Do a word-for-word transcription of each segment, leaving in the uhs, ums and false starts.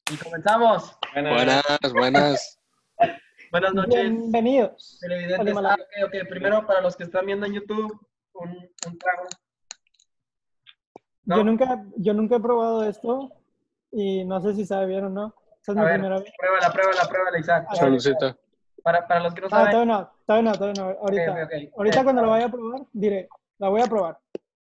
Y comenzamos. Buenas, buenas. Buenas noches. Bienvenidos. Televidentes. Ah, ok, ok. Primero, para los que están viendo en YouTube, un, un trago. ¿No? Yo nunca, yo nunca he probado esto y no sé si sabe bien o no. Esa es A mi ver, primera vez. pruébala, pruébala, pruébala, Isaac. A ver. Saludcita. Para, para los que no Ah, saben, todavía no, todavía no, todavía no. Ahorita, Ok, ok, ok. ahorita Eh, cuando lo ah. vaya a probar, diré, la voy a probar.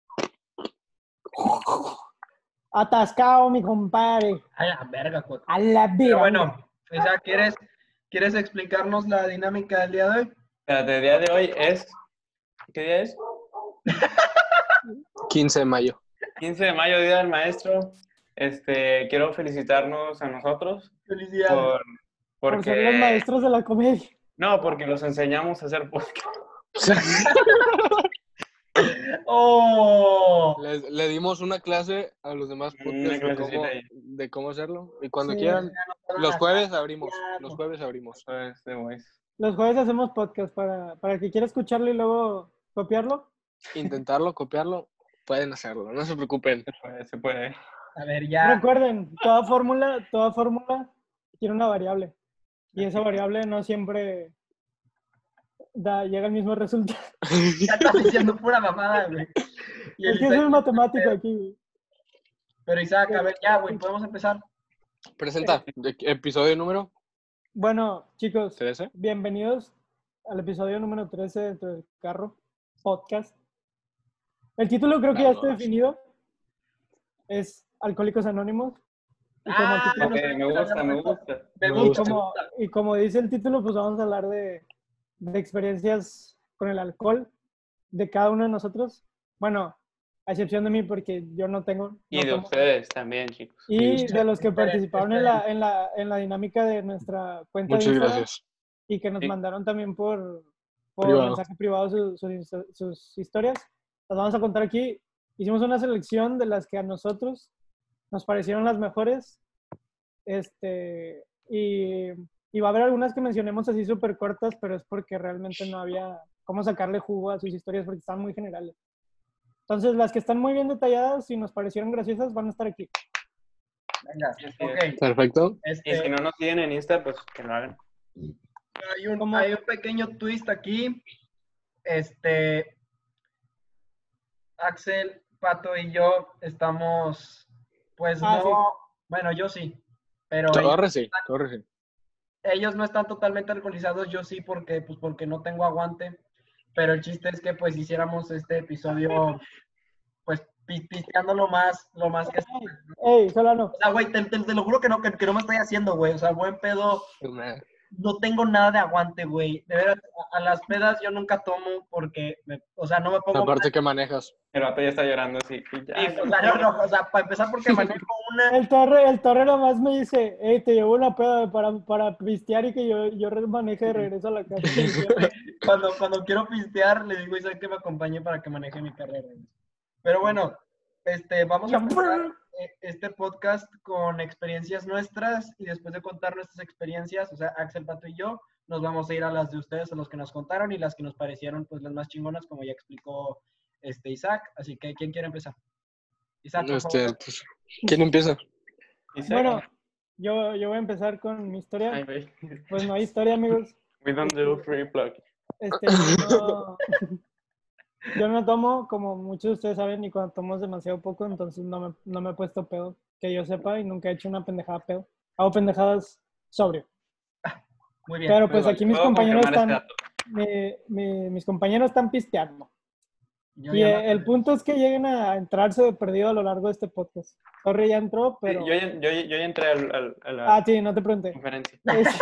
Atascado, mi compadre. a la verga, Coto. A la Pero vida. bueno, Isaac, ¿quieres, ¿quieres explicarnos la dinámica del día de hoy? Espérate, el día de hoy es... ¿Qué día es? quince de mayo. quince de mayo, Día del Maestro. Este, quiero felicitarnos a nosotros Felicidades. por... Por ser los Porque... maestros de la comedia. No, porque los enseñamos a hacer podcast. ¡Oh! Le, le dimos una clase a los demás Una podcasts de clasecita cómo, ahí. de cómo hacerlo. Y cuando Sí. quieran, los jueves abrimos. Ya, Los no. jueves abrimos. Este, güeyes. Los jueves hacemos podcast para, para el que quiera escucharlo y luego copiarlo. Intentarlo, copiarlo, pueden hacerlo. No se preocupen. Se puede, se puede. A ver, ya. Recuerden, toda fórmula, toda fórmula tiene una variable. Y esa variable no siempre da, llega al mismo resultado. Ya estás diciendo pura mamada, güey. Y el Es que Isaac- soy matemático aquí, güey. Pero Isaac, a ver, ya, güey, podemos empezar. Presenta. ¿De qué episodio número Bueno, chicos, trece? bienvenidos al episodio número trece dentro del carro podcast. El título creo que ya está Vamos. definido. Es Alcohólicos Anónimos. Y como, el Ah, título- Ok, me gusta, me gusta. Me Me y gusta. gusta. como- y como dice el título, pues vamos a hablar de, de experiencias con el alcohol de cada uno de nosotros. Bueno, a excepción de mí, porque yo no tengo. Y no de tomo. ustedes también, chicos. Y de los que Esperen, participaron en la, en la, en la dinámica de nuestra cuenta de Muchas Instagram. gracias. Y que nos Sí. mandaron también por, por Privado. mensaje privado su- sus, sus historias. Las vamos a contar aquí. Hicimos una selección de las que a nosotros nos parecieron las mejores. Este, y, y va a haber algunas que mencionemos así súper cortas, pero es porque realmente no había cómo sacarle jugo a sus historias porque están muy generales. Entonces, las que están muy bien detalladas y nos parecieron graciosas van a estar aquí. Venga, Así es. ok. Perfecto. Este, Y si no nos siguen en Insta, pues que lo hagan. hay, un, ¿Cómo? hay un pequeño twist aquí. Este, Axel, Pato y yo estamos, pues Ah, no, sí. bueno, yo sí, pero ellos, Torre sí, torre sí. ellos no están totalmente alcoholizados, yo sí, porque, pues porque no tengo aguante. Pero el chiste es que pues hiciéramos este episodio, pues pi- pisteando lo más, lo más que... Ey, Solano. O sea, güey, te, te- te lo juro que no, que, que no me estoy haciendo, güey. O sea, buen pedo, no tengo nada de aguante, güey. De veras, a, a las pedas yo nunca tomo porque, me- o sea, no me pongo... Aparte que manejas. El vato ya está llorando así. y ya, Sí, o sea, no, no, o sea, para empezar porque manejo una... El torre, el torre nomás me dice, hey, te llevo una peda para, para pistear y que yo, yo re- maneje de regreso a la casa. Cuando, cuando quiero pistear, le digo a Isaac que me acompañe para que maneje mi carrera. Pero bueno, este, vamos a empezar eh, este podcast con experiencias nuestras y después de contar nuestras experiencias, o sea, Axel, Pato y yo, nos vamos a ir a las de ustedes, a los que nos contaron y las que nos parecieron pues las más chingonas, como ya explicó este Isaac. Así que, ¿quién quiere empezar? Isaac, por Este, favor. pues, ¿quién empieza? Isaac. Bueno, yo, yo voy a empezar con mi Ay, historia. güey. Pues no hay historia, amigos. We don't do free plug. Este, yo, no, yo no tomo, como muchos de ustedes saben, y cuando tomo es demasiado poco, entonces no me, no me he puesto pedo, que yo sepa, y nunca he hecho una pendejada pedo. Hago pendejadas sobrio. Muy bien. Pero pues Puedo- aquí mis puedo compañeros confirmar están, este dato. mi- mi- mis compañeros están pisteando. Yo Y ya eh, no- el punto es que lleguen a entrarse de perdido a lo largo de este podcast. Torre ya entró, pero... Sí, Yo, ya- yo, ya- yo ya entré al, al- a la Ah, sí, no te pregunté. conferencia. Es-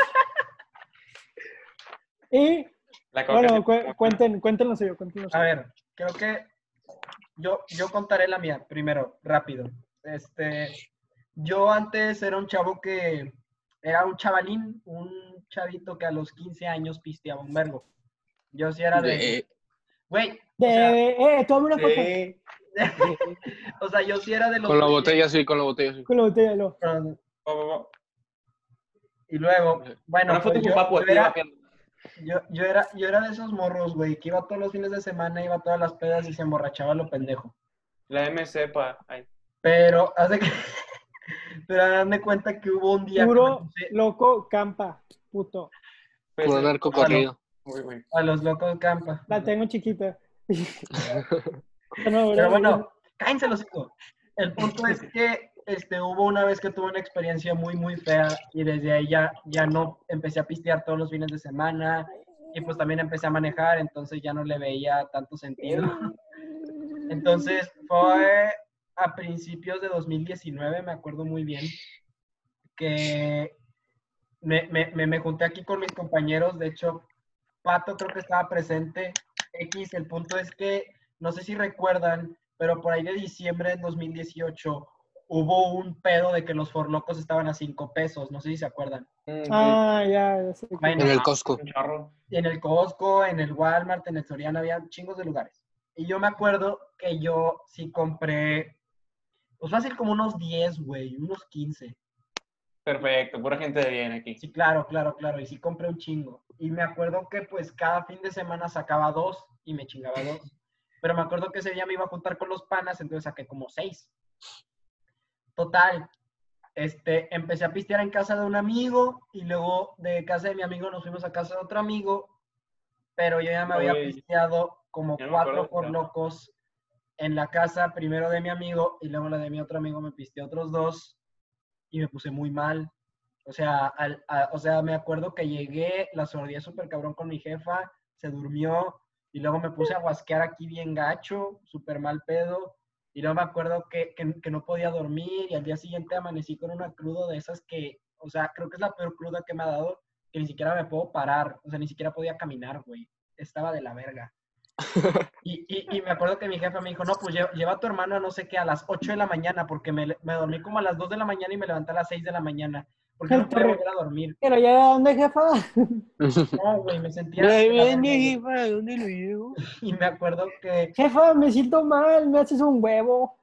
Y, La coca bueno, sí, cu- como- cuenten, cuéntenlo suyo, cuéntenlo A suyo. ver, creo que yo, yo contaré la mía primero, rápido. Este, yo antes era un chavo que era un chavalín, un chavito que a los quince años pisteaba un vergo. Yo sí era de, De- güey, o De, sea, eh, toma una foto. Sí. o sea, yo sí era de los Con la que- botella sí, con la botella sí. Con la botella de lo. Va, va, va. Y luego, bueno, Una foto pues con yo, papo yo aquí era, vapeando. yo, yo era, yo era de esos morros, güey, que iba todos los fines de semana, iba a todas las pedas y se emborrachaba a lo pendejo. La M C pa. Ay. Pero hace que, Pero hagan de cuenta que hubo un día que me Puro puse loco campa, puto. Pues, Puro eh, narco bueno. corrido. uy, uy. a los locos campa. La tengo chiquita. No, Pero ¿verdad? bueno, cállense los hijos. El punto es que este, hubo una vez que tuve una experiencia muy, muy fea y desde ahí ya, ya no empecé a pistear todos los fines de semana y pues también empecé a manejar, entonces ya no le veía tanto sentido. Entonces fue a principios de dos mil diecinueve, me acuerdo muy bien, que me, me, me, me junté aquí con mis compañeros, de hecho, Pato creo que estaba presente, X, el punto es que, no sé si recuerdan, pero por ahí de diciembre de dos mil dieciocho hubo un pedo de que los forlocos estaban a cinco pesos, no sé si se acuerdan. Mm, sí. Ah, ya, ya sé. que- Bueno, En el Costco. Un chorro. en el Costco, en el Walmart, en el Soriana, había chingos de lugares. Y yo me acuerdo que yo sí compré, pues fácil como unos diez, güey, unos quince. Perfecto, pura gente de bien aquí. Sí, claro, claro, claro. Y sí compré un chingo. Y me acuerdo que pues cada fin de semana sacaba dos y me chingaba dos. Pero me acuerdo que ese día me iba a juntar con los panas, entonces saqué como seis. Total, este, empecé a pistear en casa de un amigo y luego de casa de mi amigo nos fuimos a casa de otro amigo, pero yo ya me había Uy, pisteado como ya me cuatro acuerdo, por ya. locos en la casa, primero de mi amigo y luego la de mi otro amigo me pisteé otros dos y me puse muy mal. O sea, al, a- o sea, me acuerdo que llegué, la sordía súper cabrón con mi jefa, se durmió y luego me puse a guasquear aquí bien gacho, súper mal pedo. Y luego me acuerdo que, que, que no podía dormir y al día siguiente amanecí con una cruda de esas que, o sea, creo que es la peor cruda que me ha dado, que ni siquiera me puedo parar, o sea, ni siquiera podía caminar, güey. Estaba de la verga. Y, y, y me acuerdo que mi jefa me dijo, no, pues lleva, lleva a tu hermano a no sé qué, a las ocho de la mañana, porque me, me dormí como a las dos de la mañana y me levanté a las seis de la mañana, porque no podía volver a dormir. Pero ya, ¿dónde, jefa? No, güey, me sentía... Ahí de la viene, verga, jefa, ¿dónde lo llevo? güey. Y me acuerdo que... Jefa, me siento mal, me haces un huevo.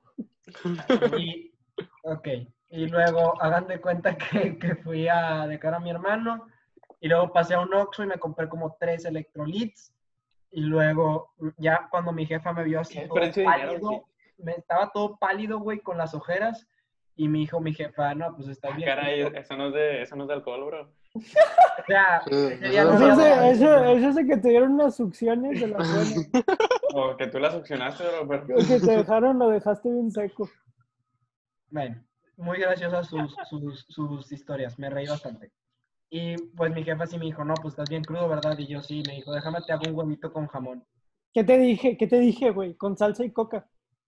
Y, ok, y luego hagan de cuenta que, que fui a dejar a mi hermano, y luego pasé a un Oxxo y me compré como tres electrolits, y luego ya cuando mi jefa me vio así ¿Qué todo desperdicio de dinero, pálido, me estaba todo pálido, güey, con las ojeras, y me dijo mi jefa, no, pues estás bien. Caray, crudo". eso no es de, eso no es de alcohol, bro. O sea, Sí, ese eso día no es Eso había es, verdad. de- dormido, eso, güey. eso es de que te dieron unas succiones de las buenas. O que tú la succionaste, bro, pero... Que te dejaron, lo dejaste bien seco. Bueno, muy graciosas sus, sus, sus historias, me reí bastante. Y pues mi jefa sí me dijo, no, pues estás bien crudo, ¿verdad? Y yo sí, me dijo, déjame te hago un huevito con jamón. ¿Qué te dije? ¿Qué te dije, güey? Con salsa y coca.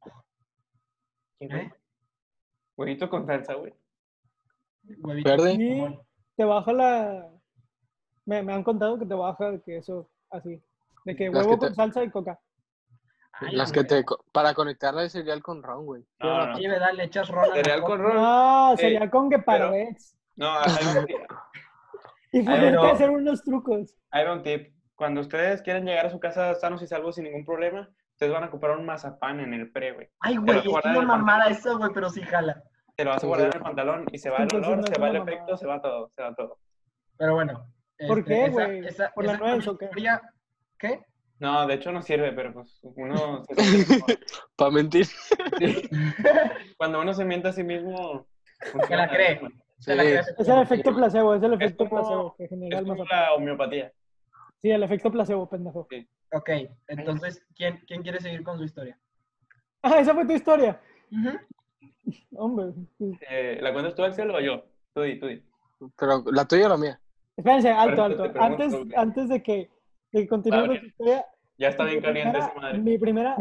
¿Qué, güey? ¿Eh? Huevito con salsa, güey. Huevito ¿Verde? con Y jamón. te baja la... Me, me han contado que te baja de que eso, así. De que Las huevo que te- con salsa y coca. Ay, Las güey. que te... co- Para conectarla el cereal con ron, güey. Sí, No, va. no. Oye, ¿verdad? Le echas ron a la Cereal coca. con ron. No, Eh, sería con que pero- parabéns. No, ahí va un tip. Y Ahí ponerte va. a hacer unos trucos. Ahí va un tip. Cuando ustedes quieren llegar a su casa sanos y salvos sin ningún problema, ustedes van a comprar un mazapán en el pre, güey. Ay, Te lo güey, vas a es guardar una en el mamada pantalón. eso, güey, pero sí jala. Te lo vas a Sí, guardar sí. en el pantalón y se va el Entonces olor, no es se va el una efecto, mamada. se va todo, se va todo. Pero bueno. ¿Por este, qué, esa- güey? esa- ¿Por la esa fue nuez mi o qué? historia. ¿Qué? No, de hecho no sirve, pero pues uno se siente mejor. Para mentir. Sí. Cuando uno se miente a sí mismo, Se funciona. la cree. Se Sí. la cree. Es el efecto placebo, es el Es efecto como, placebo que genera es el como mazapán. la homeopatía. Sí, el efecto placebo, pendejo. Sí. Ok, entonces, ¿quién, ¿quién quiere seguir con su historia? Ah, esa fue tu historia. Ujú. Hombre. Eh, ¿La cuentas tú, Axel, o yo? Tú di, tú di. Pero la tuya o la mía. Espérense, Por alto, eso alto. te pregunto, Antes, güey. antes de que, de que continúe Va con bien. tu historia, Ya está mi bien caliente primera, esa madre. mi primera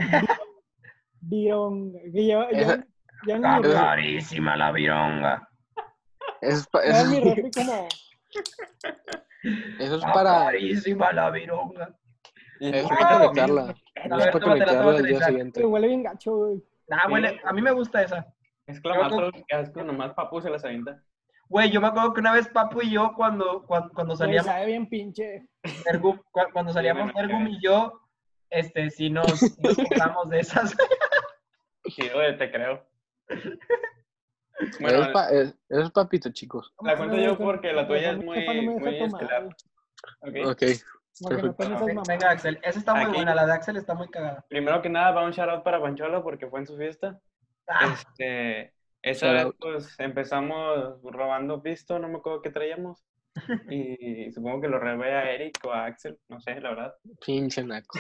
vironga, que yo, yo, Esa- yo en Está mi refri, carísima la vironga. Eso es, pa- yo eso, en mi refri como, eso es Está para... carísima la vironga. Eso es Ah, para conectarla. A Eso es ver, para tómatela, conectarla al día tómatela. siguiente. que huele bien gacho, güey. Ah, huele, a mí me gusta esa. Es Yo clamato, creo- que asco, nomás papu se las avienta. Güey, yo me acuerdo que una vez Papu y yo, cuando, cuando, cuando Güey, salíamos, sabe bien pinche. Nergum, cu- cuando salíamos me Nergum imaginé. y yo, este, sí nos, sí nos compramos de esas. Sí, oye, te creo. Eso Bueno, es, pa- es- eso es papito, chicos. la cuento No, yo con- porque la con tuya razón es mi muy, jefa no me deja muy tomar, estelar. güey. Ok. Ok, Porque no perfecto. con esas mamadas. Venga, Axel, esa está muy Aquí- buena, la de Axel está muy cagada. Primero que nada, va un shout out para Panchola porque fue en su fiesta. Ah, Este, Esa Shout vez, out. pues, empezamos robando pisto, no me acuerdo qué traíamos. Y supongo que lo robé a Eric o a Axel, no sé, la verdad. Pinche naco.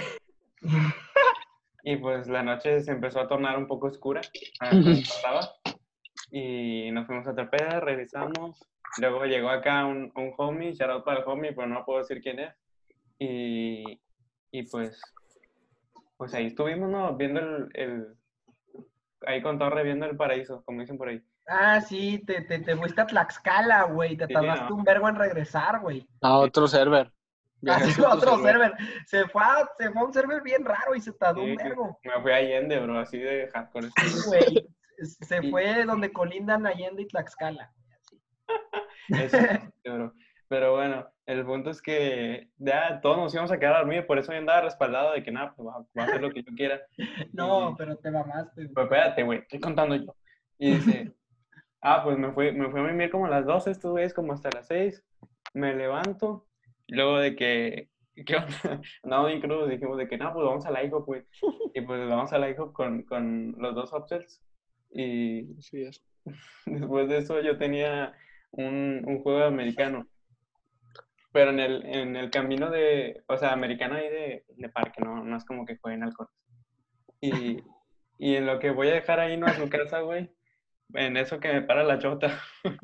Y pues la noche se empezó a tornar un poco oscura, a como pasaba. Y nos fuimos a Tepeda, regresamos. Luego llegó acá un, un homie, shout out para el homie, pero no puedo decir quién es. Y, y pues, pues ahí estuvimos, ¿no? Viendo el, el, ahí con Torre, viendo el paraíso, como dicen por ahí. Ah, sí, te, te, te fuiste a Tlaxcala, güey. Te Sí, tardaste no. un vergo en regresar, güey. A otro server. Ah, Viajaste sí, a otro server. Se fue, a, se fue a un server bien raro y se tardó un Sí, vergo. me fui a Allende, bro, así de hardcore. Sí, güey. Se Y- fue donde colindan Allende y Tlaxcala. Exactamente, bro. Pero bueno, el punto es que ya todos nos íbamos a quedar dormidos, por eso yo andaba respaldado de que nada, pues va, va a hacer lo que yo quiera. No, Y- pero te mamaste. Pues espérate, güey, estoy contando yo. Y dice, ah, pues me fui, me fui a dormir como a las doce, estos güeyes como hasta las seis. Me levanto, y luego de que, ¿qué onda? Andamos bien crudos, dijimos de que no, pues vamos a la IHOP, güey. Y pues vamos a la IHOP con, con los dos upsells. Y Sí, es. después de eso yo tenía un, un juego americano. Pero en el, en el camino de, o sea, americano ahí de, de parque, no, no es como que jueguen alcohol. Y, y en lo que voy a dejar ahí no a su casa, güey, en eso que me para la chota,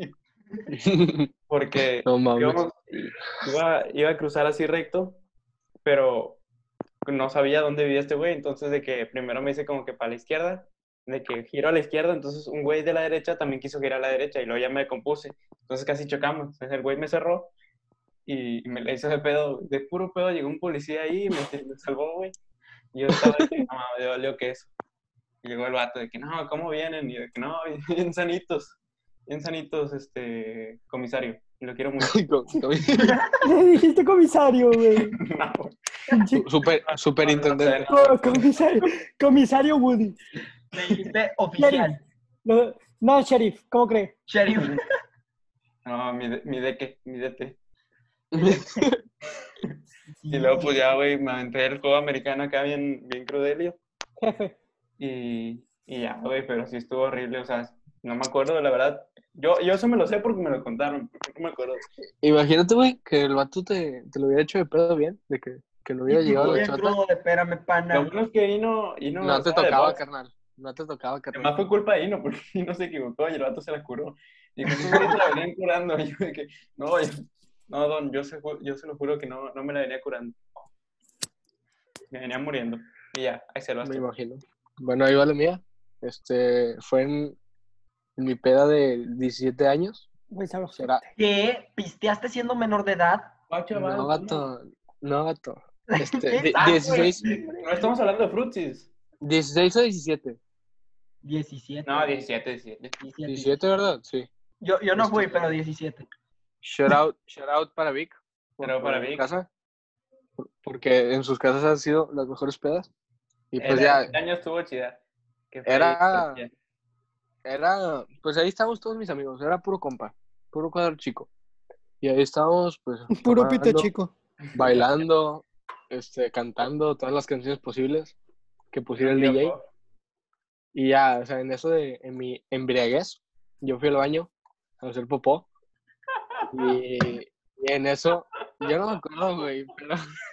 porque No mames. íbamos- iba, iba a cruzar así recto, pero no sabía dónde vivía este güey, entonces de que primero me hice como que para la izquierda, de que giro a la izquierda, entonces un güey de la derecha también quiso girar a la derecha y luego ya me compuse, entonces casi chocamos, entonces el güey me cerró y me le hizo de pedo, de puro pedo llegó un policía ahí y me, me salvó, güey, y yo estaba de que, no, me dolió que eso, y llegó el vato de que, no, ¿cómo vienen? Y de que, no, bien sanitos, bien sanitos, este, comisario, y lo quiero mucho. Le dijiste comisario, güey. No, güey. Pinche Super, superintendente. No, no sé, co- comisario, comisario Woody. Me dijiste oficial. No, no, sheriff, ¿cómo cree? Sheriff. no, mi, de- mi deque, mi dete. Y luego, pues ya, güey, me aventé el juego americano acá bien, bien crudelio. Jefe. Y, y ya, güey, pero sí estuvo horrible, o sea, no me acuerdo, la verdad. Yo, yo eso me lo sé porque me lo contaron, porque no me acuerdo. Imagínate, güey, que el vato te, te lo hubiera hecho de pedo bien, de que, que lo hubiera llegado a la Bien chota. crudo de espérame, Lo pana. bueno es que Ino, Ino No te estaba de tocaba, box. carnal. No te tocaba, Además carnal. fue culpa de Ino, porque Ino se equivocó y el vato se la curó. Y que estos güeyes se la venían curando. Y yo de que, no, yo- no, don, yo se, ju- yo se lo juro que no, no me la venía curando. Me venía muriendo. Y ya, ahí se lo Me hace. imagino. Bueno, ahí va la mía. Este, fue en, en mi peda de diecisiete años. Güey, sabes. Será. ¿Qué? ¿Pisteaste siendo menor de edad? Ah, chaval, No, ¿cómo? vato. No, vato. Este, ¿Qué di- tal, dieciséis, No estamos hablando de frutsis. dieciséis o diecisiete. diecisiete. No, diecisiete, diecisiete. diecisiete. diecisiete, ¿verdad? Sí. Yo, yo no Este- fui, pero diecisiete. Shout out, shout out para Vic. por Shout out para poner Vic. Casa, por- porque en sus casas han sido las mejores pedas. Y pues Ese ya, año estuvo chida. Que fue Era- ahí, era, pues ahí estábamos todos mis amigos, era puro compa, puro cuadro chico. Y ahí estábamos, pues, Puro pito tomando, chico. bailando, este, cantando todas las canciones posibles que pusiera el D J. Y ya, o sea, en eso de, en mi embriaguez, yo fui al baño a hacer popó. Y, y en eso, yo no me acuerdo, güey, pero,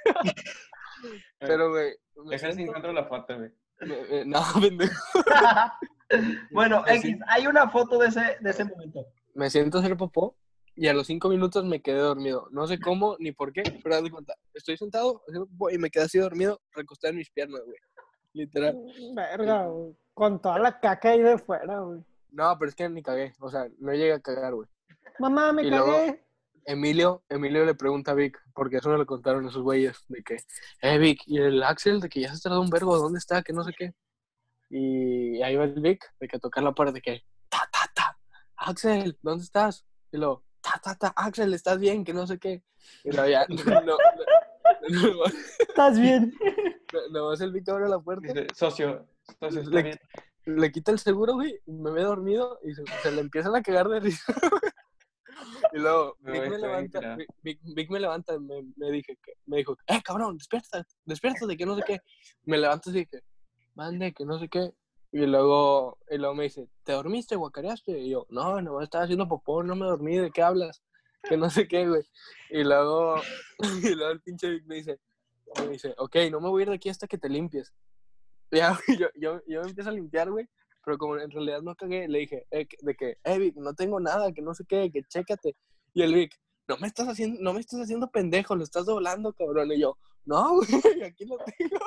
pero, güey, me Déjame si siento- encuentro la foto, güey. me- me- no, pendejo. Bueno, Me X, siento- hay una foto de ese, de ese momento. me siento a hacer popó y a los cinco minutos me quedé dormido. No sé cómo ni por qué, pero haz de cuenta. Estoy sentado haciendo popó y me quedé así dormido, recostado en mis piernas, güey. Literal. Verga, güey. Con toda la caca ahí de fuera, güey. No, pero es que ni cagué. O sea, no llegué a cagar, güey. Mamá, me Y cagué. luego- Emilio, Emilio le pregunta a Vic, porque eso me lo contaron esos güeyes, de que, eh, Vic, y el Axel, de que ya se tardó un verbo, ¿dónde está? Que no sé qué. Y ahí va el Vic, de que tocar la puerta, de que, ta, ta, ta, Axel, ¿dónde estás? Y luego, ta, ta, ta, Axel, ¿estás bien? Que no sé qué. Y luego ya, no, no, no, ¿Estás bien? no, el Vic abre la puerta, Dice, socio, socio, está Le- bien. le quita el seguro, güey, me ve dormido y se, se le empiezan a cagar de risa. Y luego No, Vic me está bien levanta, tirado. Vic, Vic- Vic me levanta, me, me dije que, me dijo, eh, cabrón, despierta, despierta de que no sé qué. Me levanto así que, mande, que no sé qué. Y luego, y luego me dice, ¿te dormiste, guacareaste? Y yo, no, no, estaba haciendo popó, no me dormí, ¿de qué hablas? Que no sé qué, güey. Y luego, y luego el pinche Vic me dice, me dice, ok, no me voy a ir de aquí hasta que te limpies. Y ya, güey, yo, yo, yo me empiezo a limpiar, güey, pero como en realidad no cagué, le dije, eh, que- de que, eh, Vic, no tengo nada, que no sé qué, que chécate. Y el Vic, no me estás haciendo, no me estás haciendo pendejo, lo estás doblando, cabrón. Y yo, no, güey, aquí lo tengo.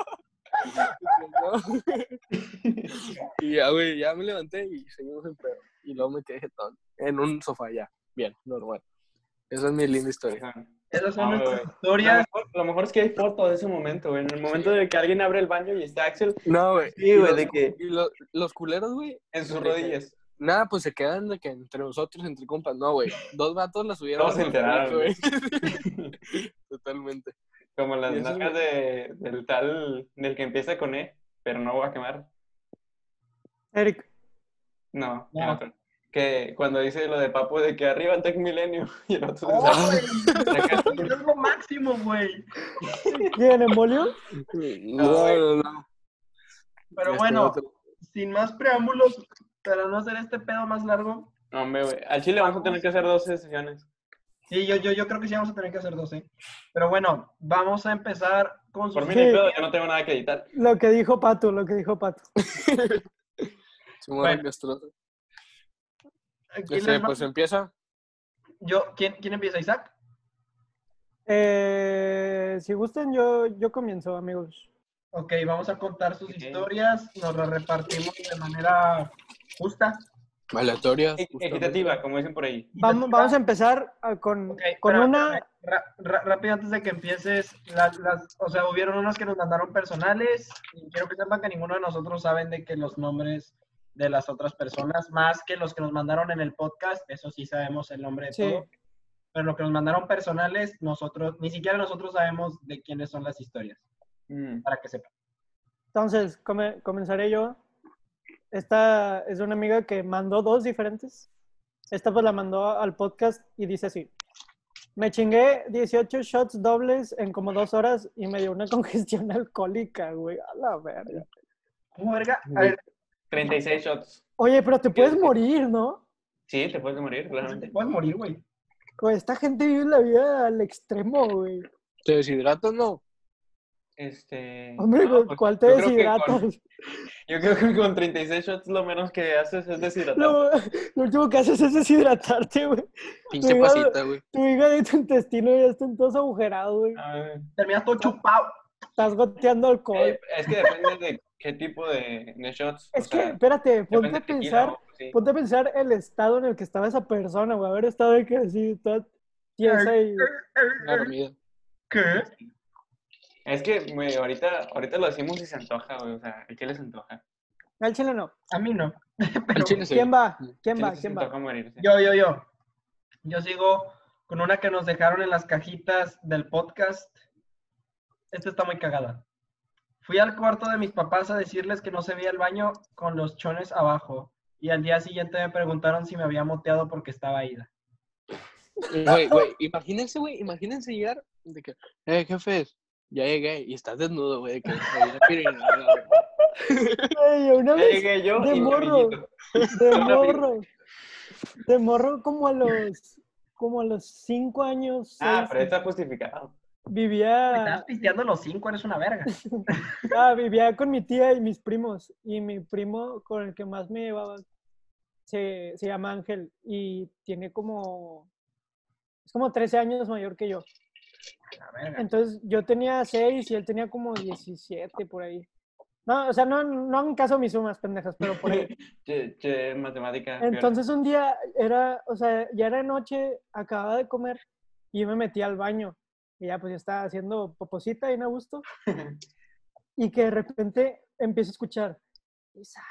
Y ya, güey, ya me levanté y seguimos en pedo. Y luego me quedé jetón en un sofá ya. Bien, normal. Esa es mi linda historia. Ajá. Esas son No, nuestras güey. Lo historias. mejor, lo mejor es que hay fotos de ese momento, güey. En el momento de que alguien abre el baño y está Axel. No, güey. Sí, y güey, los- de que Y lo- los culeros, güey. en sus de que, rodillas. Nada, pues se quedan de que entre nosotros, entre compas. No, güey. Dos vatos la subieron Todos se a Facebook, enteraron, güey. Totalmente. Como las Y eso, nalgas de, del tal, del que empieza con E, pero no voy a quemar. Eric, No, el No. otro. Que cuando dice lo de Papu de que arriba el Tech Milenio y el otro ¡Oh, se güey! Eso es lo máximo, güey. ¿quién, Emolio? No, no, no. Pero Este bueno, otro. sin más preámbulos, para no hacer este pedo más largo, No, hombre, güey. Al Chile vamos a tener que hacer dos sesiones. sí, yo, yo, yo creo que sí vamos a tener que hacer doce. Pero bueno, vamos a empezar con sus... Por mí Sí. no hay pedo, yo no tengo nada que editar. Lo que dijo Pato, lo que dijo Pato. Simón Bueno. Castroso. Aquí Este, les va- pues empieza. yo, ¿quién, ¿Quién empieza, Isaac? Eh, si gustan, yo, yo comienzo, amigos. Ok, vamos a contar sus Ok. historias, nos las repartimos de manera justa. Aleatoria. E- Equitativa, como dicen por ahí. Vamos, vamos a empezar ah, con, Ok, con espérame, una... espérame. Ra- ra- rápido antes de que empieces, la- las, o sea, hubieron unas que nos mandaron personales y quiero que sepan que ninguno de nosotros saben de que los nombres de las otras personas, más que los que nos mandaron en el podcast, eso sí sabemos el nombre de Sí. todo, pero lo que nos mandaron personales, nosotros, ni siquiera nosotros sabemos de quiénes son las historias, Mm. para que sepan. Entonces, come- comenzaré yo. Esta es una amiga que mandó dos diferentes. Esta pues la mandó al podcast y dice así. Me chingué dieciocho shots dobles en como dos horas y me dio una congestión alcohólica, güey. A la verga. ¿Cómo, verga? A ver, treinta y seis shots. Oye, pero te puedes Sí. morir, ¿no? Sí, te puedes morir, te claramente. puedes morir, güey. Güey, esta gente vive la vida al extremo, güey. ¿Te deshidratas, no? Este... Hombre, no, pues, ¿cuál te yo creo que deshidratas? con- Yo creo que con treinta y seis shots lo menos que haces es deshidratar. Lo, lo último que haces es deshidratarte, güey. Pinche hígado- pasita, güey. Tu hígado y tu intestino ya están todos agujerados, güey. Ah, Terminas todo chupado. Estás goteando alcohol. eh, es que depende de qué tipo de, de shots. es o que, sea, espérate, ponte depende a de tequila pensar, o sí. ponte a pensar el estado en el que estaba esa persona, güey. Haber estado de que así, toda tiesa y... Dormida. ¿Qué? Es que, güey, ahorita, ahorita lo decimos y se antoja, güey. O sea, ¿a qué les antoja? Al chile no. A mí no. Al Pero chile sí. ¿Quién va? ¿Quién Chile va? sí ¿Quién se va? antoja morirse. yo, yo, yo. Yo sigo con una que nos dejaron en las cajitas del podcast. Esta está muy cagada. Fui al cuarto de mis papás a decirles que no se veía el baño con los chones abajo. Y al día siguiente me preguntaron si me había moteado porque estaba ida. Güey, güey, imagínense, güey, imagínense llegar de que, eh, jefes, ya llegué y estás desnudo, güey, de que ahí la pirinola, güey. Ey, una Ya vez llegué yo de y mi morro, amiguito. de Una morro, de morro como a los, como a los cinco años, Ah, seis, pero está justificado. Me vivía, estás pisteando los cinco, eres una verga. ah, vivía con mi tía y mis primos, y mi primo con el que más me llevaba se, se llama Ángel y tiene como, es como trece años mayor que yo. La verga. Entonces yo tenía seis y él tenía como diecisiete por ahí. No, o sea, no, no hagan caso a mis sumas pendejas, pero por ahí. Che, che, matemática. Entonces un día era, o sea, ya era noche, acababa de comer y yo me metí al baño. Y ya pues yo estaba haciendo poposita bien a gusto. Y que de repente empiezo a escuchar, Isaac,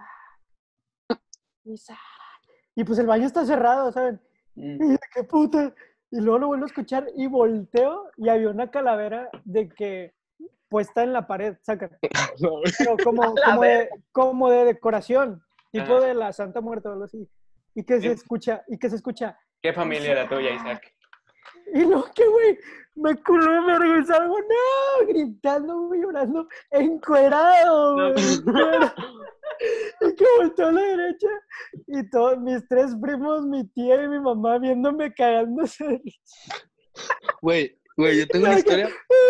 Isaac. Y pues el baño está cerrado, ¿saben? Mm. Y yo, qué puta. Y luego lo vuelvo a escuchar y volteo y había una calavera de que puesta en la pared, sacan. No, güey. Pero como, La como, de, como de decoración, tipo Ajá. de la Santa Muerte o algo así. Y que se Sí. escucha, y que se escucha. ¿Qué familia era tuya, Isaac? Y luego que, güey, me culé, me regresó algo, no, gritando, güey, llorando, encuerado, No. güey, encuerado. Y que volteó a la derecha y todos mis tres primos, mi tía y mi mamá viéndome cagándose de risa. Güey, güey, yo tengo una historia.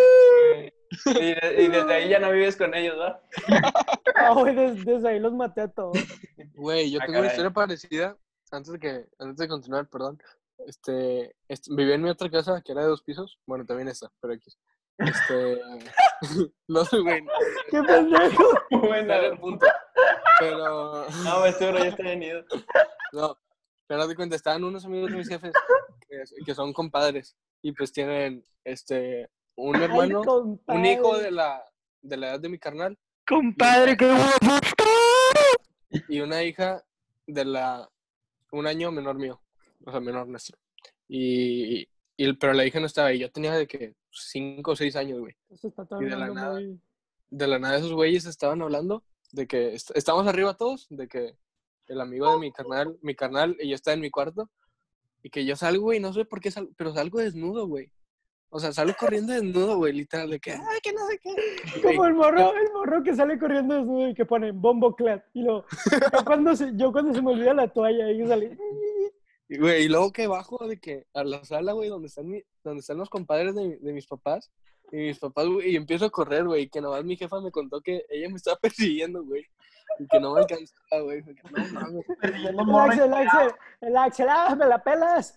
Y, de- y desde ahí ya no vives con ellos, ¿no? Ah, güey, des- desde ahí los maté a todos. Güey, yo Ah, tengo una caray. historia parecida. Antes de que, antes de continuar, perdón. Este, este, vivía en mi otra casa que era de dos pisos. Bueno, también esta, pero aquí. Este, no sé, güey. ¡Qué pendejo! Bueno, Dale el punto. Pero, no, este bro ya está venido. no, pero haz de cuenta, estaban unos amigos de mis jefes que, que son compadres y pues tienen, este, un Ay, hermano, compadre. un hijo de la, de la edad de mi carnal Compadre, qué guapo está. y una hija de la, un año menor mío, o sea, menor nuestro. Y, y, pero la hija no estaba ahí, yo tenía de que cinco o seis años, güey. Eso está todo Y de la hablando nada. muy... De la nada esos güeyes estaban hablando de que est- estamos arriba todos, de que el amigo de mi carnal, mi carnal y yo está en mi cuarto y que yo salgo, güey, no sé por qué salgo, pero salgo desnudo, güey. O sea, salgo corriendo desnudo, güey, literal, de que, ay, que no sé qué. Y, güey, Como el morro, el morro que sale corriendo desnudo y que pone bombo clat. Y luego, yo cuando se, yo cuando se me olvida la toalla y sale... y, güey, y luego que bajo de que a la sala, güey, donde están, mi- donde están los compadres de, mi- de mis papás, y mis papás, güey, y empiezo a correr, güey, y que nomás mi jefa me contó que ella me estaba persiguiendo, güey, y que no me alcanzaba, güey, que no mames. Persiguiendo El morra y- Axel, el Axel, el Axel, ¡ah, me la pelas!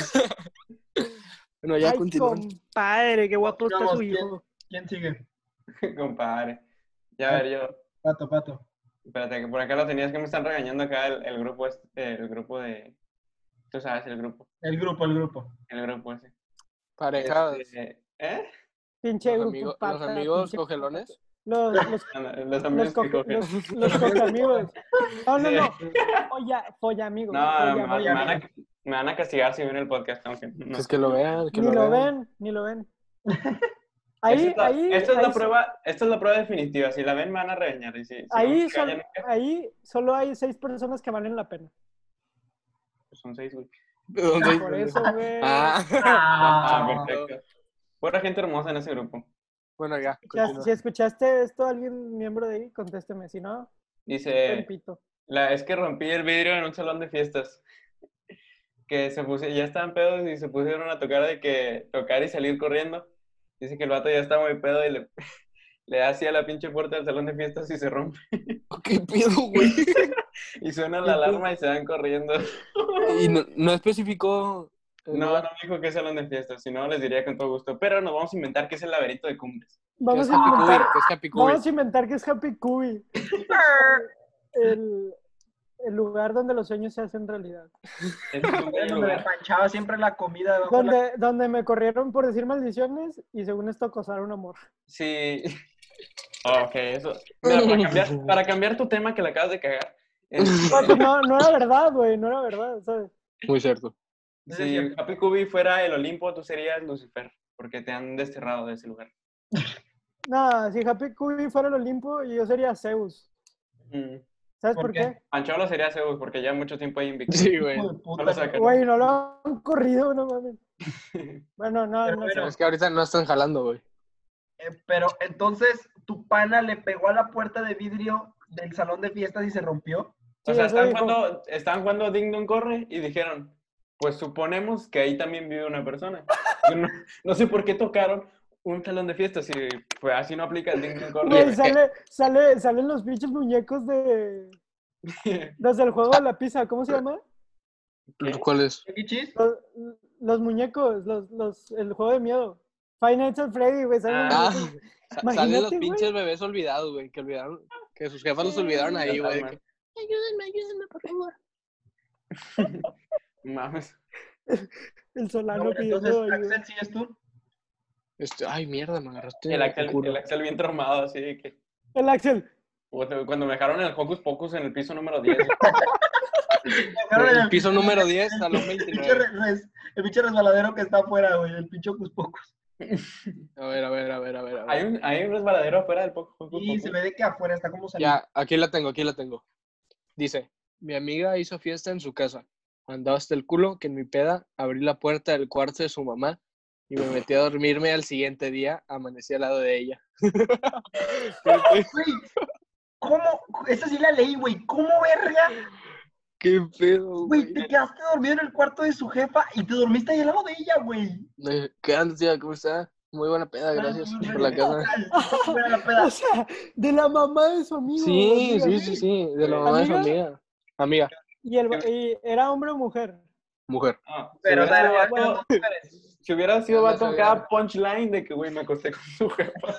Bueno, ya Ay, continúan. compadre, qué guapo está Continuamos. su ¿Quién, hijo. quién sigue? Compadre. Ya a ver, yo. Pato, pato. Espérate, que por acá lo tenías que me están regañando acá el, el grupo este, el grupo de. Tú sabes, el grupo. El grupo, el grupo. El grupo ese. Parejadas. Este, ¿Eh? Pinche Los, grupo amigos, pata, los amigos pinche- cogelones. Los, los, Anda, Los los, amigos que coge, cogen. los, los cogeamigos. No, no, Sí. no. Folla, folla amigos. No, folla me, me amigos. van a, me van a castigar si ven el podcast, aunque no. Pues que lo vean, que Ni lo, lo vean. ven, ni lo ven. Ahí, Esta es la, ahí, esta es ahí, la prueba, esta es la prueba definitiva. Si la ven, me van a regañar. Y si, si no ahí, me sol- regañan, ahí solo hay seis personas que valen la pena. pues son seis, güey. ¿De dónde? Por eso, güey. Ah, Ah, Ah, perfecto. Pura gente hermosa en ese grupo. bueno, ya. Ya, continúa. si escuchaste esto, alguien miembro de ahí, contésteme. Si no, Dice, pito. la, es que rompí el vidrio en un salón de fiestas. Que se puse, ya estaban pedos y se pusieron a tocar de que tocar y salir corriendo. Dice que el vato ya está muy pedo y le, le da así a la pinche puerta del salón de fiestas y se rompe. ¿Qué pedo, güey? Y suena la alarma y se van corriendo. Y no, no especificó. el No, lugar. no me dijo que es salón de fiestas, si no les diría con todo gusto. Pero nos vamos a inventar que es el laberinto de cumbres. Que Vamos es a Happy Cubi, inventar, que es Happy Cubi. vamos a inventar que es Happy Cubi. El, el lugar donde los sueños se hacen realidad. Ese es un buen Donde me lugar. panchaba siempre la comida debajo de la... Donde, donde me corrieron por decir maldiciones y según esto acosar a un amor. Sí. Ok, eso. Mira, para cambiar, para cambiar tu tema que le acabas de cagar. este, No, pues no, no era verdad, güey, no era verdad, ¿sabes? Muy cierto. Si Happy Cubi fuera el Olimpo, tú serías Lucifer, porque te han desterrado de ese lugar. Nada, si Happy Cubi fuera el Olimpo, yo sería Zeus. Mm. ¿Sabes ¿Por por qué? qué? Pancholo sería Zeus, porque ya mucho tiempo hay invicto. Sí, güey. Hijo de No puta, lo sacan. Güey, no lo han corrido, no mames. Bueno, no, Pero no bueno, sé. Es que ahorita no están jalando, güey. Eh, pero entonces, tu pana le pegó a la puerta de vidrio del salón de fiestas y se rompió. O Sí, sea, eso están dijo. jugando, están jugando Ding Dong Corre y dijeron, pues suponemos que ahí también vive una persona. Yo no, no sé por qué tocaron un salón de fiestas y pues así no aplica el Ding Dong Corre. Güey, sale, sale, salen los pinches muñecos de... Los del juego de la pizza, ¿cómo se llama? ¿Cuál es? ¿Qué chis? Los, los muñecos, los, los, el juego de miedo. Five Nights at Freddy, güey. salen los Ah, muñecos. sa- Imagínate, salen los güey. pinches bebés olvidados, güey, que olvidaron, que sus jefas los olvidaron ahí, güey. de que, Ayúdenme, ayúdenme, por favor. Mames. El Solano Bueno, pidiendo entonces, ayuda. Axel, ¿sigues tú? este, ay, mierda, me agarraste El el Axel, culo. el Axel bien traumado, así de que... El Axel. Cuando me dejaron en el Hocus Pocus en el piso número diez. El piso número diez, salón El pinche, veintinueve. res- el pinche resbaladero que está afuera, güey. El pinche Ocus Pocus. A ver, a ver, a ver, a ver. a ver. Hay un, hay un resbaladero afuera del Hocus Pocus. Y se ve de que afuera está como saliendo. Ya, aquí la tengo, aquí la tengo. Dice, mi amiga hizo fiesta en su casa. Andaba hasta el culo que en mi peda abrí la puerta del cuarto de su mamá y me metí a dormirme al siguiente día. Amanecí al lado de ella. Güey, ¿Cómo? Esa sí la leí, güey. ¿Cómo, verga? Qué pedo, Güey, güey. te quedaste dormido en el cuarto de su jefa y te dormiste ahí al lado de ella, güey. Eh, ¿Qué andas, tía? ¿Cómo está? Muy buena peda, gracias por la casa. Buena la peda. O sea, de la mamá de su amigo. Sí, amiga. sí, sí, sí, de la mamá de su ¿Amiga? amiga. Amiga, ¿Y, el, y era hombre o mujer? mujer. Ah, si Pero, o hubiera sea, sido eran vato, dos mujeres. si hubiera sido Ya no vato en sabía. cada punchline de que, güey, me acosté con su jefa.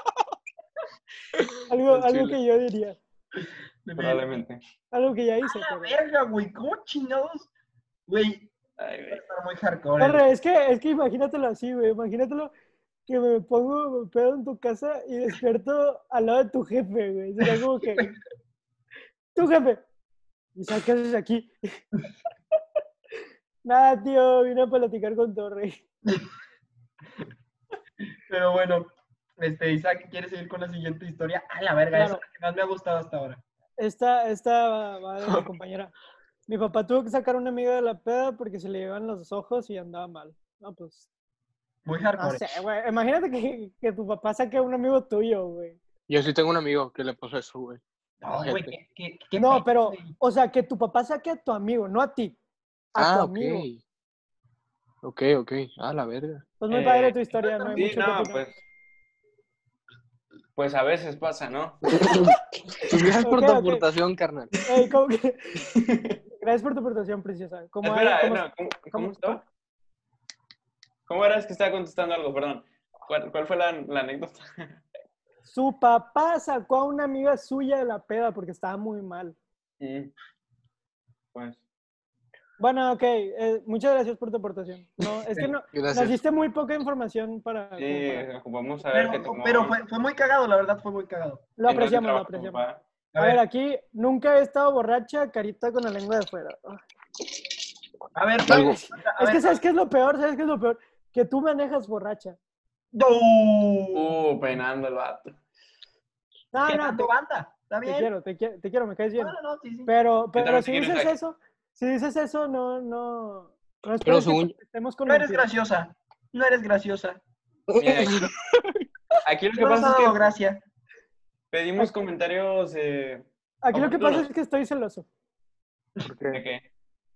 Algo, Al algo chile. que yo diría. Probablemente. Algo que ya hice. La Pero... verga, güey. ¿Cómo chingados? Güey, Ay, va a güey. estar muy hardcore. Corre, es que, es que imagínatelo así, güey. Imagínatelo que me pongo pedo en tu casa y despierto al lado de tu jefe, güey. Sería como que, tu jefe. ¿Y sabes qué haces aquí? Nada, tío, vine a platicar con Torre. Pero bueno, este, Isaac, ¿quieres seguir con la siguiente historia? A la verga, esa Claro. es la que más me ha gustado hasta ahora. Esta, esta va, va de mi compañera. Mi papá tuvo que sacar a una amiga de la peda porque se le llevan los ojos y andaba mal. No, pues, Muy no hardcore. sé, güey. Imagínate que, que tu papá saque a un amigo tuyo, güey. Yo sí tengo un amigo que le pasó eso, güey. No, güey, Ojete. ¿qué, qué, qué No, pedo, pero, güey? o sea, que tu papá saque a tu amigo, no a ti. A tu Ah, ok. amigo. Ok, ok. Ah, la verga. Pues muy Eh, padre tu historia, no hay Sí, mucho que no, opinar. pues. Pues a veces pasa, ¿no? Pues gracias por Ok, tu ok. aportación, carnal. Ey, ¿cómo que? Gracias por tu aportación, preciosa. ¿Cómo hay- Espera, cómo- no, ¿cómo, cómo- cómo estaba? ¿Cómo era? Es que estaba contestando algo, perdón. ¿Cuál, cuál fue la, la anécdota? Su papá sacó a una amiga suya de la peda porque estaba muy mal. Mm, Pues. Bueno, ok, eh, muchas gracias por tu aportación. No, es que no, nos Gracias. diste muy poca información para... como Sí, para- vamos a ver Pero, qué tomó. pero fue, fue muy cagado, la verdad, fue muy cagado. Lo ¿En dónde apreciamos, lo trabaja tu apreciamos. papá? A A ver, ver, aquí nunca he estado borracha, carita con la lengua de fuera. Ah. a ver, Güey, Algo. es, a es ver. que ¿sabes qué es lo peor? ¿Sabes qué es lo peor? Que tú manejas borracha. ¡No! Uh, peinando el vato. No, no, Quemando te, banda, ¿está te bien? quiero, te quiero, te quiero, me caes bien. No, no, no, sí, sí. Pero, Yo pero también si te quiero, dices Isaac. eso, si dices eso, no, no, no Pero esperes que según- estemos con No eres mentiras. graciosa, no eres graciosa. Mira, aquí, aquí lo que No nos pasa ha es dado que gracia. pedimos comentarios eh, Aquí lo que pasa oportunos. es que estoy celoso. ¿Por ¿De qué? qué?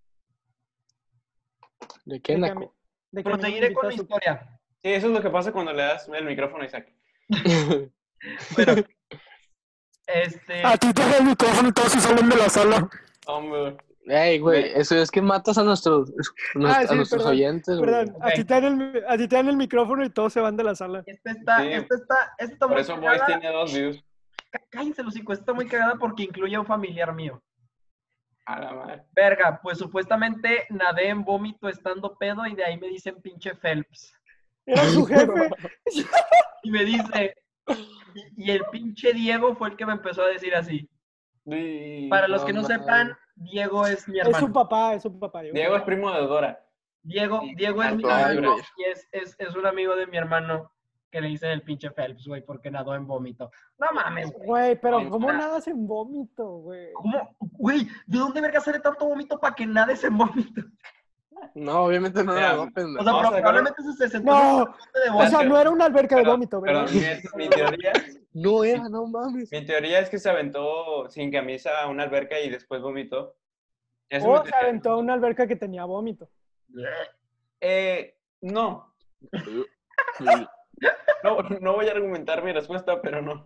¿De qué, De que a mí, naco? de que a mí no me Proseguiré con invitó a la su... historia. Sí, eso es lo que pasa cuando le das el micrófono a Isaac. Bueno, este, A ti te da el micrófono y todos se salen de la sala. Hombre. Ey, güey, Ve. eso es que matas a nuestros, Ah, a sí, nuestros perdón, oyentes, güey. Perdón, Ok. a, ti te dan el, a ti te dan el micrófono y todos se van de la sala. esta está, Sí. esta está, esta está Por muy eso Boys cagada. tiene dos views. Cá- Cállense los hijos, esta está muy cagada porque incluye a un familiar mío. A la madre. Verga, pues supuestamente nadé en vómito estando pedo y de ahí me dicen pinche Phelps. Era su jefe. Y me dice, y, y el pinche Diego fue el que me empezó a decir así. Y- Para los que no no sepan, Diego es mi Es su hermano. papá, es su papá. Diego. Diego es primo de Dora. Diego, Sí, Diego es mi claro, hermano güey. y es, es, es un amigo de mi hermano que le dicen el pinche Phelps, güey, porque nadó en vómito. No mames, güey. Güey, pero No, ¿cómo no. nadas en vómito, güey? ¿Cómo? Güey, ¿de dónde verga sale tanto vómito para que nades en vómito? No, obviamente no Mira, nadó, pendejo. O sea, Vamos a pero sacar- probablemente se sentó No, en un bote de o vómito. sea, no era una alberca de Perdón, vómito, ¿verdad? Perdón, mi, mi teoría, No era, no mames. mi teoría es que se aventó sin camisa a una alberca y después vomitó. Esa es mi O se teoría. aventó a una alberca que tenía vómito. Eh, no. no. No voy a argumentar mi respuesta, pero no.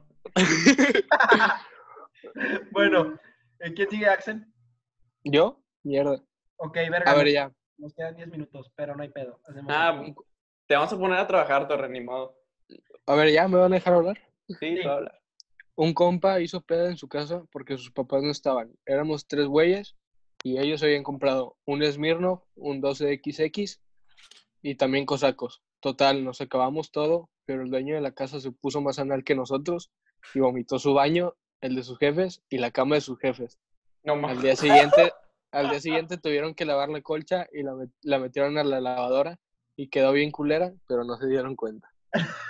Bueno, ¿quién sigue, Axel? ¿Yo? Mierda. Ok, verga. A ver, nos- ya. Nos quedan diez minutos, pero no hay pedo. Hacemos Ah, esto. te vamos a poner a trabajar, Torre, ni modo. A ver, ya, ¿me van a dejar hablar? Sí, Sí. tú habla. Un compa hizo peda en su casa porque sus papás no estaban. Éramos tres güeyes y ellos habían comprado un Smirnoff, un doce equis equis y también cosacos. Total, nos acabamos todo, pero el dueño de la casa se puso más anal que nosotros y vomitó su baño, el de sus jefes y la cama de sus jefes. No Al mames. día siguiente, al día siguiente tuvieron que lavar la colcha y la, met- la metieron a la lavadora y quedó bien culera, pero no se dieron cuenta.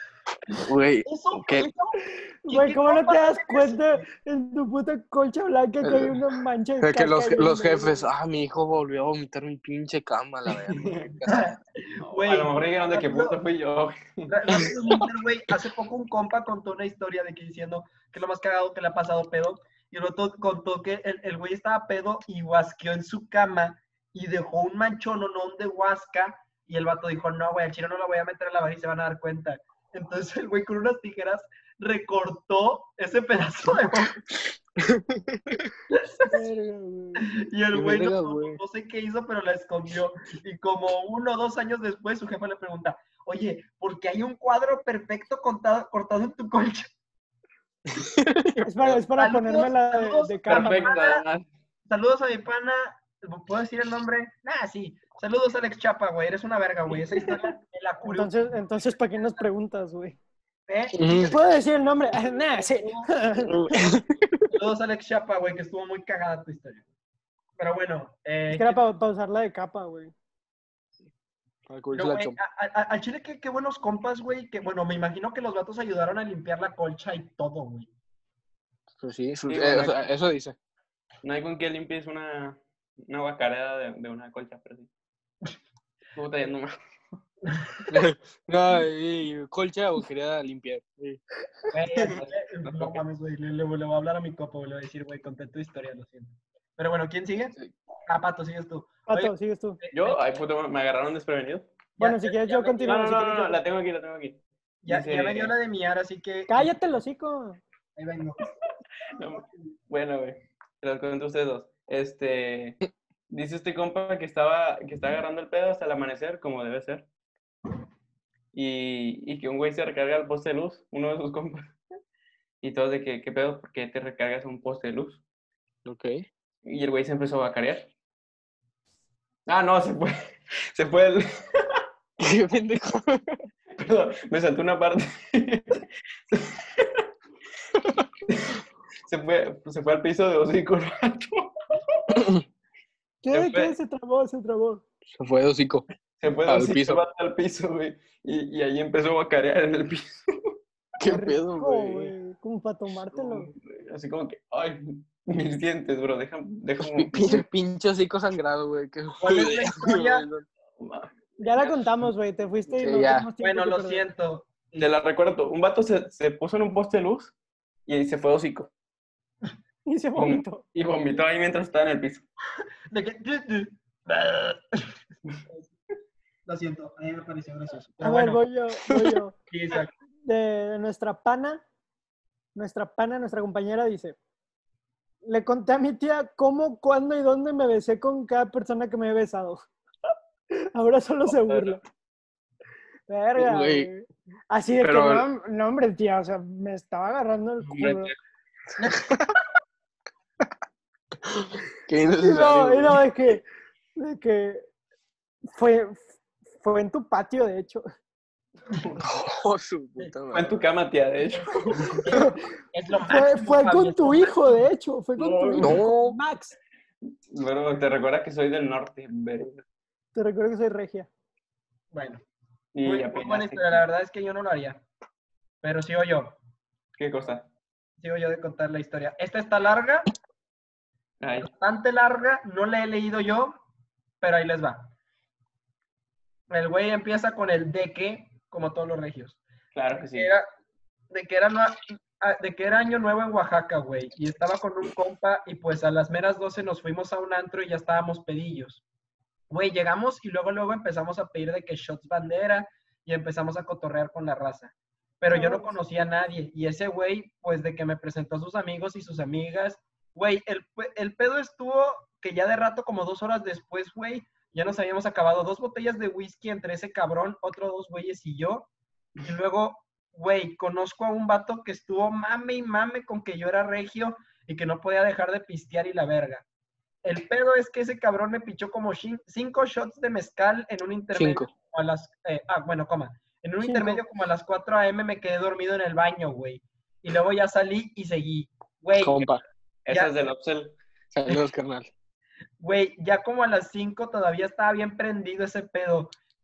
Güey, Eso, ¿qué? eso. ¿Qué- Güey, qué ¿cómo no te compas das hacen cuenta eso? en tu puta colcha blanca que hay una mancha de De que caca los, ahí en los medio, jefes, güey? ah, mi hijo volvió a vomitar mi pinche cama, la verdad. No, Güey, a lo mejor dijeron de que rápido. puto fui yo. Ra- Rápido Inter, güey, hace poco un compa contó una historia de que diciendo que lo más cagado que le ha pasado pedo, y el otro contó que el, el güey estaba pedo y guasqueó en su cama y dejó un manchón o no de guasca, y el vato dijo, no, güey, al chino no la voy a meter a lavar y se van a dar cuenta. Entonces el güey con unas tijeras recortó ese pedazo de vómito, Verga, güey. y el Qué güey no, verga, no- güey. no sé qué hizo, pero la escondió. Y como uno o dos años después, su jefa le pregunta, oye, ¿por qué hay un cuadro perfecto cortado, cortado en tu colcha? Es para, es para Saludos, ponérmela de, saludos, de cama, Perfecto, güey. además. Saludos a mi pana. ¿Puedo decir el nombre? Nah, sí. Saludos, Alex Chapa, güey. Eres una verga, güey. Esa historia me la curó. Entonces, entonces, ¿para qué nos preguntas, güey? ¿Eh? Ujú. ¿Puedo decir el nombre? Ah, nah, sí. Saludos, Alex Chapa, güey, que estuvo muy cagada tu historia. Pero bueno. Eh, Es que era para usarla de capa, güey. Para pero, cubrirse la güey, chompa. a- a- al chile, qué, qué buenos compas, güey. Que bueno, me imagino que los vatos ayudaron a limpiar la colcha y todo, güey. Pues sí, su- Sí, eh, bueno, o sea, eso dice. No hay con que limpies una, una guacareda de, de una colcha, pero sí. Estuvo tallando mal. No, y colcha o quería limpiar. Sí. Güey, al chile, no mames, güey. Le, le- le voy a hablar a mi copa, güey. Le voy a decir, güey, conté tu historia, lo siento. Pero bueno, ¿quién sigue? Sí. Ah, Pato, sigues tú. Pato, Oye, sigues tú. eh, Yo, ay puto, me agarraron desprevenido. ya- Bueno, si ya- quieres ya yo me- continúo. No, no, si no, quieres no, yo- la tengo aquí, la tengo aquí. Ya, Dice- ya me dio la de miar, así que. Cállate el hocico. Ahí vengo. No, bueno, güey. Te los cuento a ustedes dos. Este. Dice este compa que estaba, que está agarrando el pedo hasta el amanecer, como debe ser. Y, y que un güey se recarga el poste de luz, uno de sus compas. Y todos de que, ¿qué pedo? ¿Por qué te recargas un poste de luz? Ok. Y el güey se empezó a carear. Ah, no, se fue. Se fue el. Qué pendejo. Perdón, me saltó una parte. Se fue, se fue al piso de hocico un rato. ¿Qué? Se fue. ¿Qué? Se trabó, se trabó. Se fue de hocico. Se fue de Al hocico piso. el vato al piso, güey. Y, y ahí empezó a carear en el piso. Qué Qué pedo, rico, güey. Como para tomártelo. Así como que, ay, mis dientes, bro, déjame, déjame. Pi- Pinche, pinche hocico sangrado, güey. Qué ¿Cuál es la historia? Ya la contamos, güey. Te fuiste y Sí, no ya. tenemos tiempo Bueno, que lo perder. siento. Te la recuerdo. Un vato se, se puso en un poste de luz y ahí se fue de hocico. Y se vomitó. Y vomitó ahí mientras estaba en el piso. De que- Lo siento, a mí me pareció gracioso. A Pero ver, bueno, voy yo, voy yo. sí, exacto. De nuestra pana, nuestra pana, nuestra compañera dice, le conté a mi tía cómo, cuándo y dónde me besé con cada persona que me he besado. Ahora solo se burla. Verga, Güey. güey. Así de Pero- que no, no, hombre, tía, o sea, me estaba agarrando el Hombre, culo. Qué Y no, innecesario, y no, güey. de que, de que fue, fue en tu patio, de hecho. Oh, su puta Fue en tu madre. cama, tía, de hecho. Es lo Fue, máximo, fue Fabi, con es tu lo hijo, de hecho. Fue con tu No, hijo, no. con Max. Bueno, te recuerda que soy del norte, verga. Te recuerdo que soy regia. Bueno, Y muy, muy apenas. buena historia. La verdad es que yo no lo haría. Pero sigo yo. ¿Qué cosa? Sigo yo de contar la historia. Esta está larga, Ay, bastante larga. No la he leído yo, pero ahí les va. El güey empieza con el de que, como todos los regios. claro que sí. Era, de, que era, nua- ah, de que era año nuevo en Oaxaca, güey. Y estaba con un compa y pues a las meras doce nos fuimos a un antro y ya estábamos pedillos. Güey, llegamos y luego luego empezamos a pedir de que shots bandera y empezamos a cotorrear con la raza. Pero yo no conocía a nadie. Y ese güey, pues de que me presentó a sus amigos y sus amigas, güey, el, pe- el pedo estuvo que ya de rato, como dos horas después, güey, ya nos habíamos acabado dos botellas de whisky entre ese cabrón, otros dos güeyes y yo. Y luego, güey, conozco a un vato que estuvo mame y mame con que yo era regio y que no podía dejar de pistear y la verga. El pedo es que ese cabrón me pichó como shin- cinco shots de mezcal en un intermedio. Cinco. Como a las, eh, ah, bueno, coma. En un Cinco. intermedio como a las cuatro a eme me quedé dormido en el baño, güey. Y luego ya salí y seguí. Güey, Compa. Esa ya- es del Opsel. Saludos, carnal. güey, ya como a las cinco todavía estaba bien prendido ese pedo.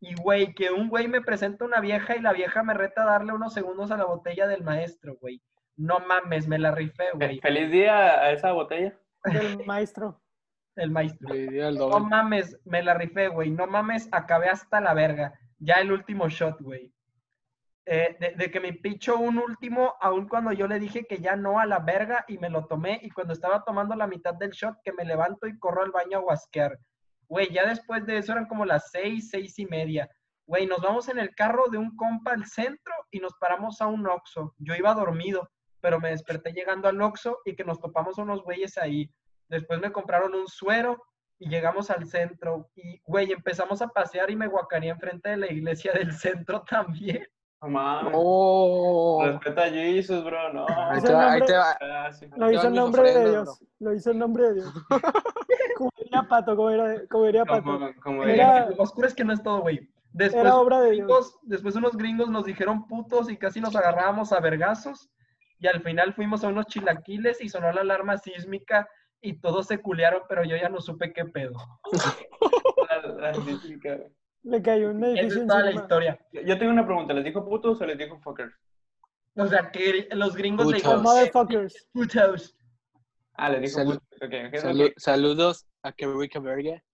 Y, güey, que un güey me presenta una vieja y la vieja me reta a darle unos segundos a la botella del maestro, güey. No mames, me la rifé, güey. Feliz día a esa botella. Del maestro. El maestro. Le diría el No doble. mames, me la rifé, güey. No mames, acabé hasta la verga. Ya el último shot, güey. Eh, de, de que me pichó un último, aun cuando yo le dije que ya no a la verga y me lo tomé. Y cuando estaba tomando la mitad del shot, que me levanto y corro al baño a guasquear. Güey, ya después de eso eran como las seis, seis y media. Güey, nos vamos en el carro de un compa al centro y nos paramos a un Oxxo. Yo iba dormido, pero me desperté llegando al Oxxo y que nos topamos a unos güeyes ahí. Después me compraron un suero y llegamos al centro. Y, güey, empezamos a pasear y me guacareé enfrente de la iglesia del centro también. No mames. ¡Oh! Respeta a Jesus, bro. No. Ahí Ese te va, ahí nombre- te va. Ah, sí. Lo Te hizo van en mis nombre de ofrendas, Dios. Lo hizo en nombre de Dios. Como diría Pato, como, era, como diría Pato. Como, como Era- diría- Lo oscuro es que no es todo, güey. Después, Era obra de gringos, después unos gringos nos dijeron putos y casi nos agarrábamos a vergazos. Y al final fuimos a unos chilaquiles y sonó la alarma sísmica y todos se culearon, pero yo ya no supe qué pedo. la- la física, güey. Le cayó un Esa edificio es toda la encima. historia. Yo tengo una pregunta. ¿Les dijo putos o les dijo fuckers? O sea, que los gringos le Putos. Oh, dijeron motherfuckers. putos. Ah, les dijo Salud. putos. Ok, ok, Salu- ok. saludos a Querica Verga.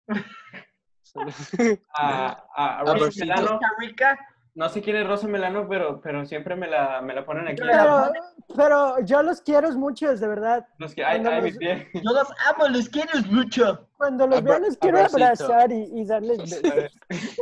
A, a, a A Rosa Rosita. Melano. Costa Rica, No sé quién es Rosa Melano, pero, pero siempre me la, me la ponen aquí. Pero, pero yo los quiero muchos, de verdad. Los que, ay, Cuando ay, mi los- pie. yo los amo, los quiero mucho. Cuando los Abra- vea los quiero abracito. abrazar y, y darles besos.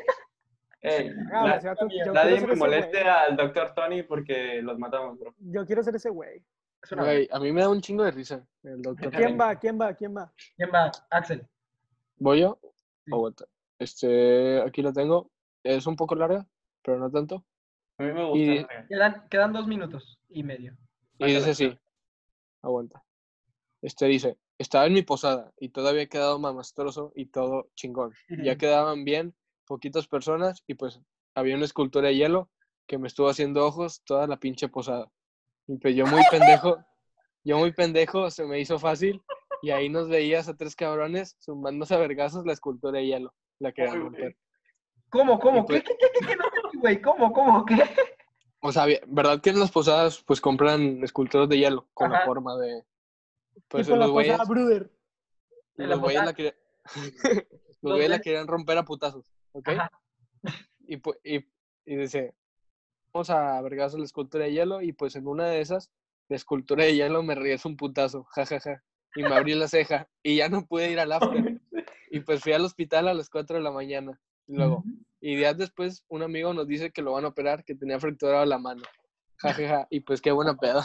Ey, Ah, la- o sea, tú- yo quiero nadie ser me ese moleste güey. al doctor Tony porque los matamos, bro. Yo quiero ser ese güey. Es una Güey, a mí me da un chingo de risa el doctor. ¿Quién va? ¿Quién va? ¿Quién va? ¿Quién va? Axel. ¿Voy yo? Sí. Aguanta. Este, aquí lo tengo. Es un poco larga, pero no tanto. A mí me gusta. Y- güey. Quedan, quedan dos minutos y medio. Y dice así. Aguanta. Este dice, estaba en mi posada y todavía había quedado mamastroso y todo chingón. Ya quedaban bien poquitas personas y pues había una escultura de hielo que me estuvo haciendo ojos toda la pinche posada. Y pues yo muy pendejo, yo muy pendejo, se me hizo fácil y ahí nos veías a tres cabrones zumbándose a vergazos la escultura de hielo, la querían Ay, romper. ¿Cómo, cómo? Y pues- ¿Qué, qué, qué, qué, qué? No entendí, güey. ¿Cómo, cómo, qué? O sea, vi- ¿verdad que en las posadas pues compran esculturas de hielo con la Ajá. forma de... Pues Tipo la los güeyes, posada Bruder. En la los güeyes posada. la querían... los Los güeyes la güeyes- querían romper a putazos, ¿ok? Ajá. Y, pu- y, y dice, vamos a vergazos la escultura de hielo y pues en una de esas, la escultura de hielo me regresa un putazo, jajaja, y me abrí la ceja y ya no pude ir al after. Y pues fui al hospital a las cuatro de la mañana. Y luego, y días después, un amigo nos dice que lo van a operar, que tenía fracturada la mano. Jajaja, y pues qué buena peda.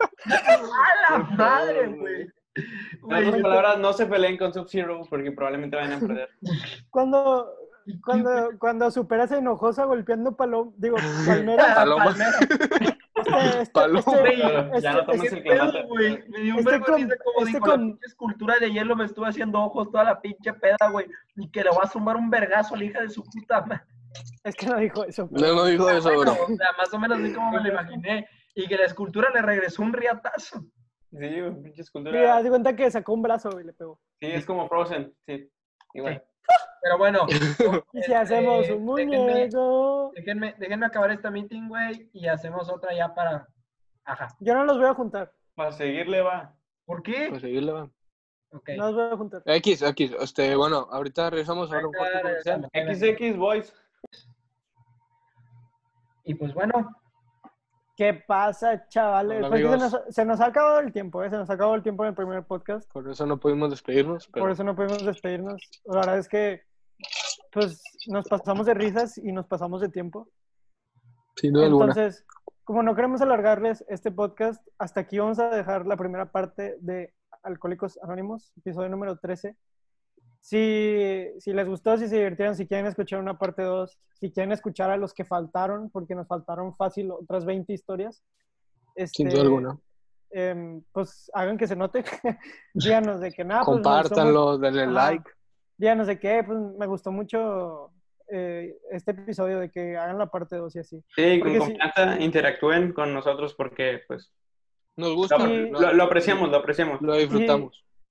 ¡A la madre, güey! En Güey, otras palabras, no se peleen con Sub-Zero porque probablemente vayan a perder. Cuando, cuando, cuando supera se enojosa golpeando palom, digo, palmera. Paloma. Palmera. Este, este, Paloma. este, Güey, Claro, ya no este- tomes este- el clamato. güey, me dio un Este vergo de con- risa como este dijo, con- la pinche escultura de hielo me estuvo haciendo ojos toda la pinche peda, güey, y que le va a sumar un vergazo a la hija de su puta madre. Es que no dijo eso. No, no dijo eso, Bueno, bro. o sea, más o menos así como me lo imaginé, y que la escultura le regresó un riatazo. Sí, güey, pinche Sí, escultura. haz de cuenta que sacó un brazo y le pegó. Sí, es como Frozen. Sí, igual. Pero bueno, Y si este, hacemos un déjenme, muñeco. déjenme, déjenme acabar esta meeting, güey, y hacemos otra ya para... Ajá. Yo no los voy a juntar. Para seguirle va. ¿Por qué? Pues seguirle, va. Ok. No los voy a juntar. X, X, este, bueno, ahorita regresamos ahora un corte Ahorita comercial. regresamos. X X Boys. Y pues bueno, ¿Qué pasa, chavales? Hola, Pues que se, amigos. nos, se nos ha acabado el tiempo, ¿eh? Se nos ha acabado el tiempo en el primer podcast. Por eso no pudimos despedirnos, pero Por eso no pudimos despedirnos. La verdad es que, pues, nos pasamos de risas y nos pasamos de tiempo. sin duda alguna. Entonces, como no queremos alargarles este podcast, hasta aquí vamos a dejar la primera parte de Alcohólicos Anónimos, episodio número trece. Si, si les gustó, si se divirtieron, si quieren escuchar una parte dos, si quieren escuchar a los que faltaron, porque nos faltaron fácil otras veinte historias, este, Sin duda alguna. em, pues hagan que se note. Díganos de que nada, pues, me gustó mucho. Compártanlo, denle Ajá. like. Díganos de que pues, me gustó mucho eh, este episodio, de que hagan la parte dos y así. Sí, con Porque sí. confianza interactúen con nosotros porque, pues, Nos gusta, lo, Y- lo, lo- lo apreciamos, lo apreciamos. lo disfrutamos.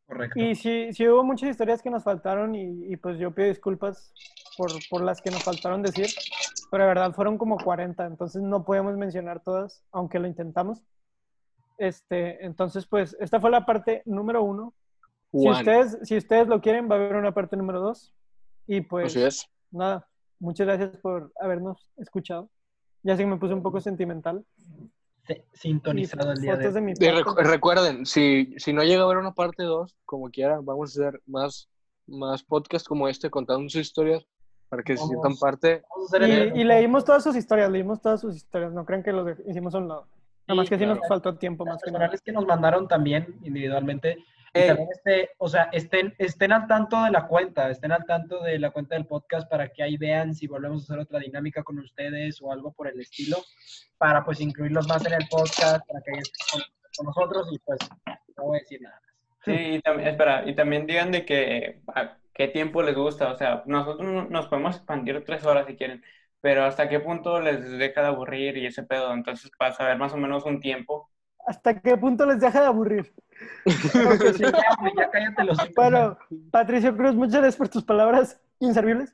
Correcto. Y sí, sí hubo muchas historias que nos faltaron y, y pues yo pido disculpas por, por las que nos faltaron decir, pero de verdad fueron como cuarenta, entonces no podemos mencionar todas, aunque lo intentamos. Este, entonces, pues, esta fue la parte número uno. Si Juan. ustedes, si ustedes lo quieren, va a haber una parte número dos. Y pues, Así es. nada, muchas gracias por habernos escuchado. Ya sé que me puse un poco sentimental. Sí, sintonizado Y el día de fotos de hoy. mi Y parte. recu- recuerden, si, si no llega a haber una parte dos, como quiera, vamos a hacer más, más podcasts como este contando sus historias para que se Vamos. sientan parte. Vamos a hacer el- Y, y leímos todas sus historias, leímos todas sus historias. No crean que lo de- hicimos a un lado. Nada más que sí claro. nos faltó tiempo Las más que nada. personales que nos mandaron también individualmente. Y Ey. también este, o sea, estén, estén al tanto de la cuenta, estén al tanto de la cuenta del podcast para que ahí vean si volvemos a hacer otra dinámica con ustedes o algo por el estilo, para pues incluirlos más en el podcast, para que estén con, con nosotros y pues no voy a decir nada más. Sí, y también, espera, y también digan de que a qué tiempo les gusta, o sea, nosotros no- nos podemos expandir tres horas si quieren, pero hasta qué punto les deja de aburrir y ese pedo, entonces para saber más o menos un tiempo. ¿Hasta qué punto les deja de aburrir? Creo que sí, ya, güey, ya cállate los hijos. Bueno, Patricio Cruz, muchas gracias por tus palabras inservibles.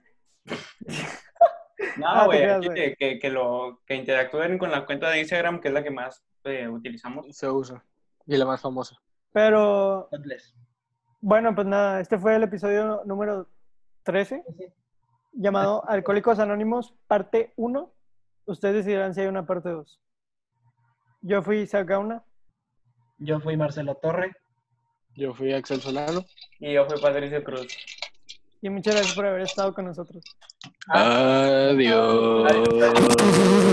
No, Ah, te güey, creas, aquí güey. que, que, que lo, que interactúen con la cuenta de Instagram, que es la que más eh, utilizamos. Se usa. Y la más famosa. Pero God bless. bueno, pues nada, este fue el episodio número trece, llamado Alcohólicos Anónimos, parte uno. Ustedes decidirán si hay una parte dos. Yo fui Isaac Gauna. Yo fui Marcelo Torre. Yo fui Axel Solano. Y yo fui Patricio Cruz. Y muchas gracias por haber estado con nosotros. Adiós.